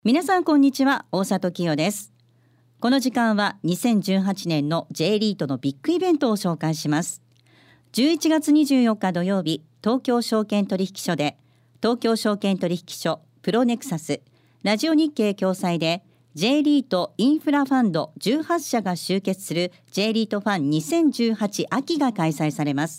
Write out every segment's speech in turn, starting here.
皆さんこんにちは、大里清です。この時間は2018年の J リートのビッグイベントを紹介します。11月24日土曜日、東京証券取引所で東京証券取引所プロネクサスラジオ日経共催で J リートインフラファンド18社が集結する J リートファン2018秋が開催されます。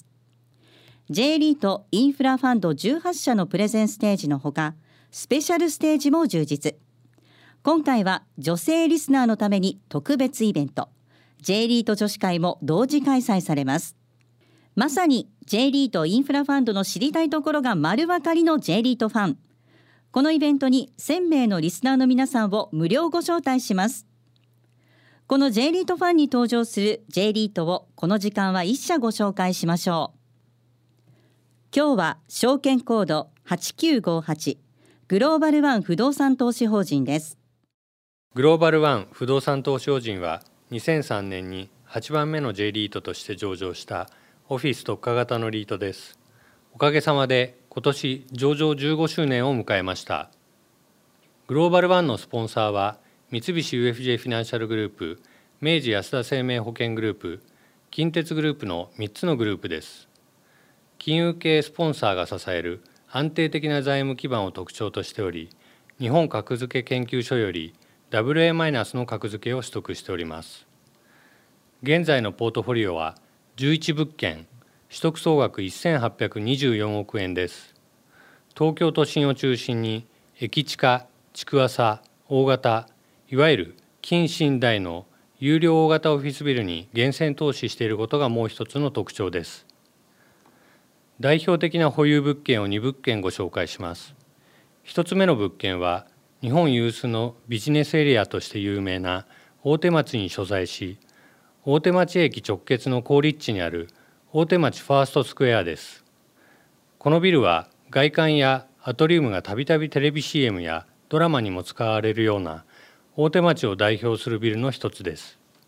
J リートインフラファンド18社のプレゼンステージのほか、スペシャルステージも充実。今回は女性リスナーのために特別イベント J リート女子会も同時開催されます。まさに J リートインフラファンドの知りたいところが丸分かりの J リートファン。このイベントに1000名のリスナーの皆さんを無料ご招待します。この J リートファンに登場する J リートをこの時間は1社ご紹介しましょう。今日は証券コード8958グローバルワン不動産投資法人です。 グローバルワン不動産投資法人は2003年に8番目の J リートとして上場したオフィス特化型のリートです。おかげさまで今年上場15周年を迎えました。グローバルワンのスポンサーは三菱 UFJ フィナンシャルグループ、明治安田生命保険グループ、近鉄グループの3つのグループです。金融系スポンサーが支える安定的な財務基盤を特徴としており、日本格付け研究所よりAA- の格付けを取得しております。現在のポートフォリオは11物件、取得総額1824億円です。東京都心を中心に駅地下、築浅、大型、いわゆる近新大の有料大型オフィスビルに厳選投資していることがもう一つの特徴です。代表的な保有物件を2物件ご紹介します。1つ目の物件は日本有数のビジネスエリアとして有名な大手町に所在し、大手町駅直結の好立地にある大手町ファーストスクエアです。このビルは外観やアトリウムがたびたびテレビ CM やドラマにも使われるような大手町を代表するビルの一つです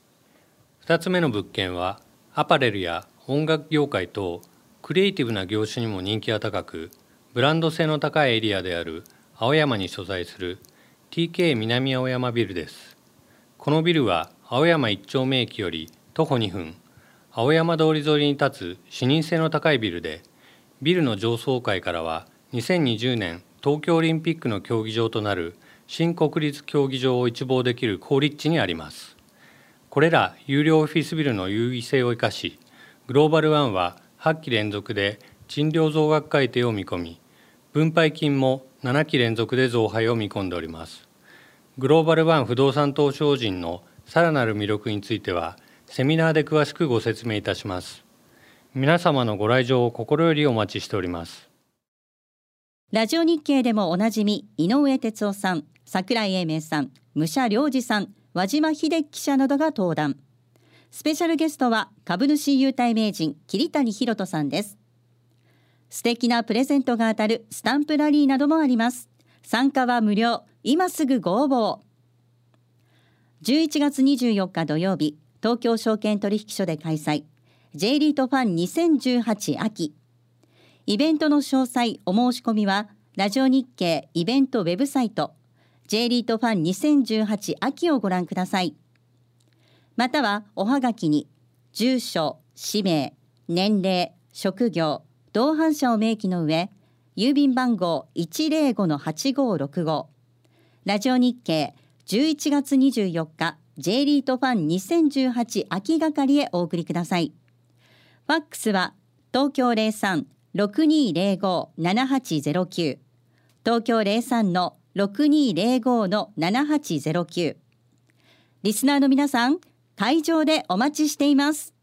。2つ目の物件はアパレルや音楽業界等クリエイティブな業種にも人気が高く、ブランド性の高いエリアである青山に所在する TK 南青山ビルです。このビルは青山一丁目駅より徒歩2分、青山通り沿いに立つ視認性の高いビルで、ビルの上層階からは2020年東京オリンピックの競技場となる新国立競技場を一望できる好立地にあります。これら有料オフィスビルの優位性を生かし、グローバルワンは8期連続で賃料増額改定を見込み、分配金も7期連続で増配を見込んでおります。グローバルワン不動産投資法人のさらなる魅力については、セミナーで詳しくご説明いたします。皆様のご来場を心よりお待ちしております。 ラジオ日経でもおなじみ井上哲夫さん、櫻井英明さん、武者良二さん、和島秀樹記者などが登壇。スペシャルゲストは株主優待名人桐谷博人さんです。素敵なプレゼントが当たるスタンプラリーなどもあります。参加は無料。今すぐご応募を。11月24日土曜日、東京証券取引所で開催 J リートファン2018秋。イベントの詳細お申し込みはラジオ日経イベントウェブサイト J リートファン2018秋をご覧ください。またはおはがきに住所、氏名、年齢、職業、同伴者を明記の上、郵便番号 105-8565 ラジオ日経11月24日 J リートファン2018秋係へお送りください。ファックスは東京 03-6205-7809 東京 03-6205-7809。リスナーの皆さん、会場でお待ちしています。